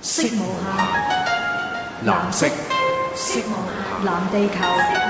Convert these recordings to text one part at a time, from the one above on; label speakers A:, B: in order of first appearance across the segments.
A: 色無限，藍色，色無限，藍地球。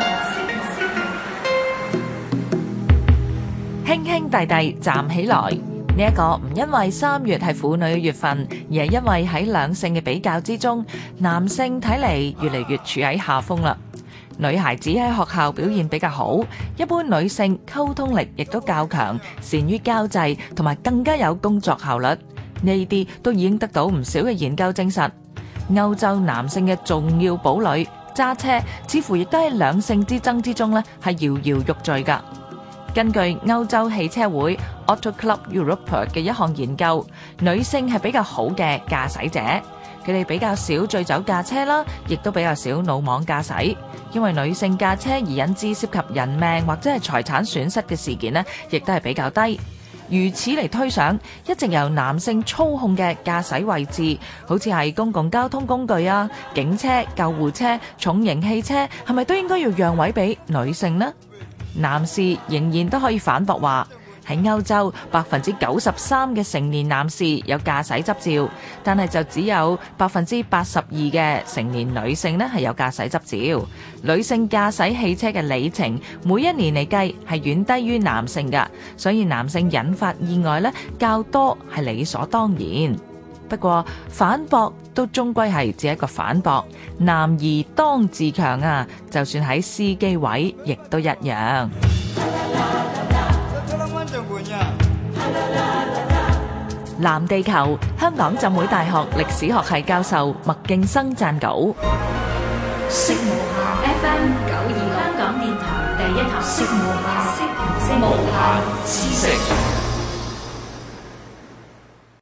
B: 兄兄弟弟站起來，呢一個唔因為3月係婦女嘅月份，而係因為喺兩性嘅比較之中，男性睇嚟越嚟越處喺下風啦。女孩子喺學校表現比較好，一般女性溝通力亦都較強，善於交際，同埋更加有工作效率。呢啲都已經得到唔少嘅研究證實。歐洲男性嘅重要堡壘揸車，似乎亦都喺兩性之爭之中呢係搖搖欲墜㗎。根據歐洲汽車會 Auto Club Europe 嘅一項研究，女性係比較好嘅駕駛者，佢哋比較少醉酒駕車啦，亦都比較少魯莽駕駛。因為女性駕車而引致涉及人命或者係財產損失嘅事件呢，亦都係比較低。如此嚟推想，一直由男性操控嘅駕駛位置，好似係公共交通工具啊、警車、救護車、重型汽車，係咪都應該要讓位俾女性呢？男士仍然都可以反駁話，喺歐洲93%嘅成年男士有駕駛執照，但係就只有82%嘅成年女性呢係有駕駛執照。女性駕駛汽車嘅里程每一年嚟計係遠低於男性㗎，所以男性引發意外呢較多係理所當然。不過反駁都終歸係只一個反駁，男兒當自強啊！就算喺司機位，亦都一樣。藍地球，香港浸會大學歷史學系教授麥勁生撰稿。
A: 色無限 FM 926，香港電台第一台，色無限，色無限知識。